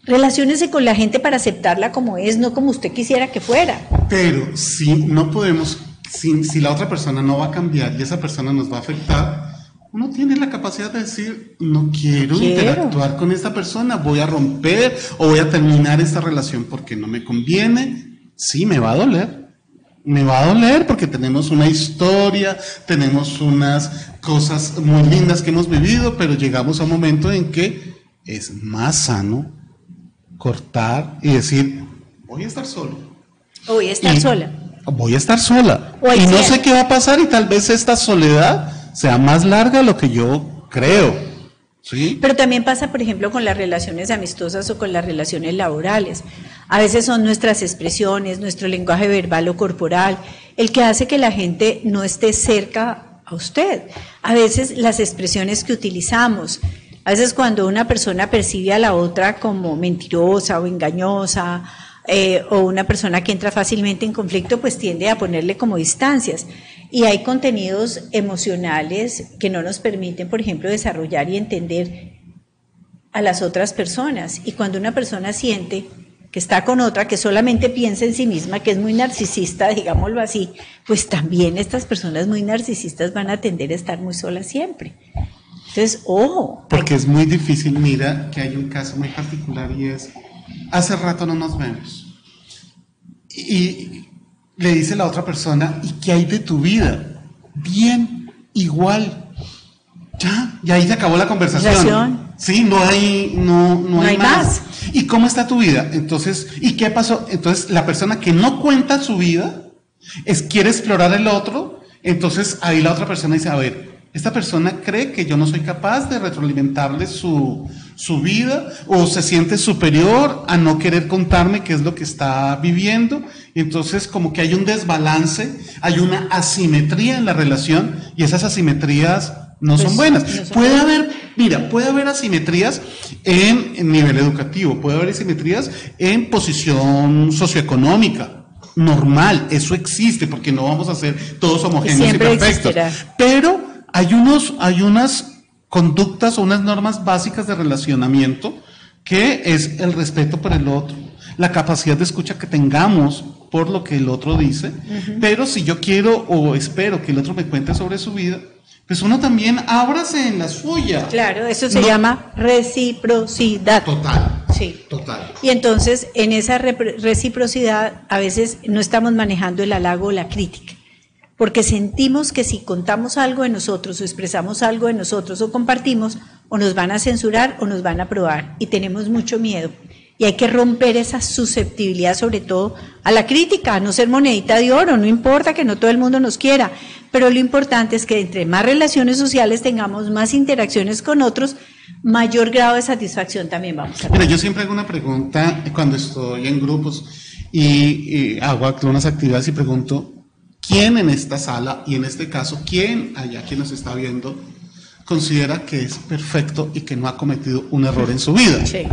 Relaciónese con la gente para aceptarla como es, no como usted quisiera que fuera. Pero si no podemos, si, si la otra persona no va a cambiar y esa persona nos va a afectar, uno tiene la capacidad de decir, no quiero, quiero interactuar con esta persona, voy a romper o voy a terminar esta relación porque no me conviene. Sí, me va a doler. Me va a doler porque tenemos una historia, tenemos unas cosas muy lindas que hemos vivido, pero llegamos a un momento en que es más sano cortar y decir, voy a estar solo. O voy a estar y sola. Voy a estar sola. O y no cierto. sé qué va a pasar y tal vez esta soledad sea más larga de lo que yo creo. ¿Sí? Pero también pasa, por ejemplo, con las relaciones amistosas o con las relaciones laborales. A veces son nuestras expresiones, nuestro lenguaje verbal o corporal, el que hace que la gente no esté cerca a usted. A veces las expresiones que utilizamos. A veces cuando una persona percibe a la otra como mentirosa o engañosa, eh, o una persona que entra fácilmente en conflicto, pues tiende a ponerle como distancias. Y hay contenidos emocionales que no nos permiten, por ejemplo, desarrollar y entender a las otras personas. Y cuando una persona siente que está con otra, que solamente piensa en sí misma, que es muy narcisista, digámoslo así, pues también estas personas muy narcisistas van a tender a estar muy solas siempre. Entonces, ojo. Porque es muy difícil, mira, que hay un caso muy particular y es, hace rato no nos vemos. Y le dice la otra persona, ¿y qué hay de tu vida? Bien, igual. Ya, y ahí se acabó la conversación. Relación. Sí, no hay, no, no, No hay, hay más. más. ¿Y cómo está tu vida? Entonces, ¿y qué pasó? Entonces, la persona que no cuenta su vida, es, quiere explorar el otro, entonces ahí la otra persona dice, a ver, esta persona cree que yo no soy capaz de retroalimentarle su, su vida o se siente superior a no querer contarme qué es lo que está viviendo. Y entonces como que hay un desbalance, hay una asimetría en la relación y esas asimetrías no pues, son buenas. No son puede buenas. haber, mira, puede haber asimetrías en, en nivel educativo, puede haber asimetrías en posición socioeconómica. Normal, eso existe porque no vamos a ser todos homogéneos y, y perfectos. Existirá. Pero hay unos, hay unas conductas o unas normas básicas de relacionamiento que es el respeto por el otro, la capacidad de escucha que tengamos por lo que el otro dice, uh-huh. Pero si yo quiero o espero que el otro me cuente sobre su vida, pues uno también ábrase en la suya. Claro, eso se no. llama reciprocidad. Total. Sí. Total. Y entonces, en esa reciprocidad, a veces no estamos manejando el halago o la crítica, porque sentimos que si contamos algo de nosotros o expresamos algo de nosotros o compartimos, o nos van a censurar o nos van a probar, y tenemos mucho miedo. Y hay que romper esa susceptibilidad, sobre todo a la crítica, a no ser monedita de oro, no importa que no todo el mundo nos quiera, pero lo importante es que entre más relaciones sociales tengamos más interacciones con otros, mayor grado de satisfacción también vamos a tener. Mira, yo siempre hago una pregunta cuando estoy en grupos y, y hago algunas actividades y pregunto, ¿quién en esta sala y en este caso, quién allá, quien nos está viendo, considera que es perfecto y que no ha cometido un error en su vida? Sí.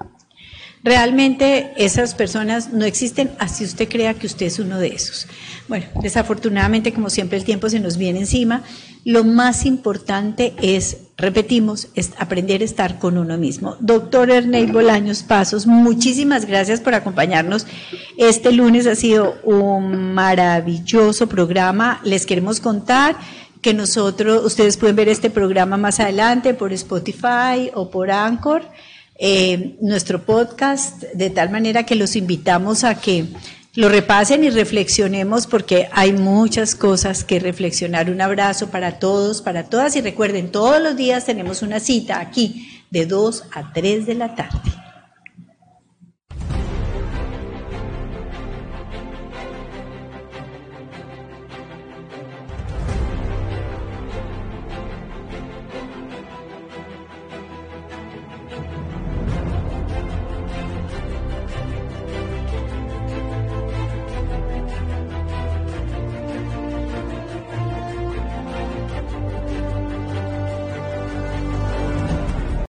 Realmente esas personas no existen, así usted crea que usted es uno de esos. Bueno, desafortunadamente, como siempre, el tiempo se nos viene encima. Lo más importante es, repetimos, es aprender a estar con uno mismo. Doctor Ernest Bolaños Pasos, muchísimas gracias por acompañarnos. Este lunes ha sido un maravilloso programa. Les queremos contar que nosotros, ustedes pueden ver este programa más adelante por Spotify o por Anchor. Eh, nuestro podcast, de tal manera que los invitamos a que lo repasen y reflexionemos porque hay muchas cosas que reflexionar. Un abrazo para todos, para todas, y recuerden, todos los días tenemos una cita aquí de dos a tres de la tarde.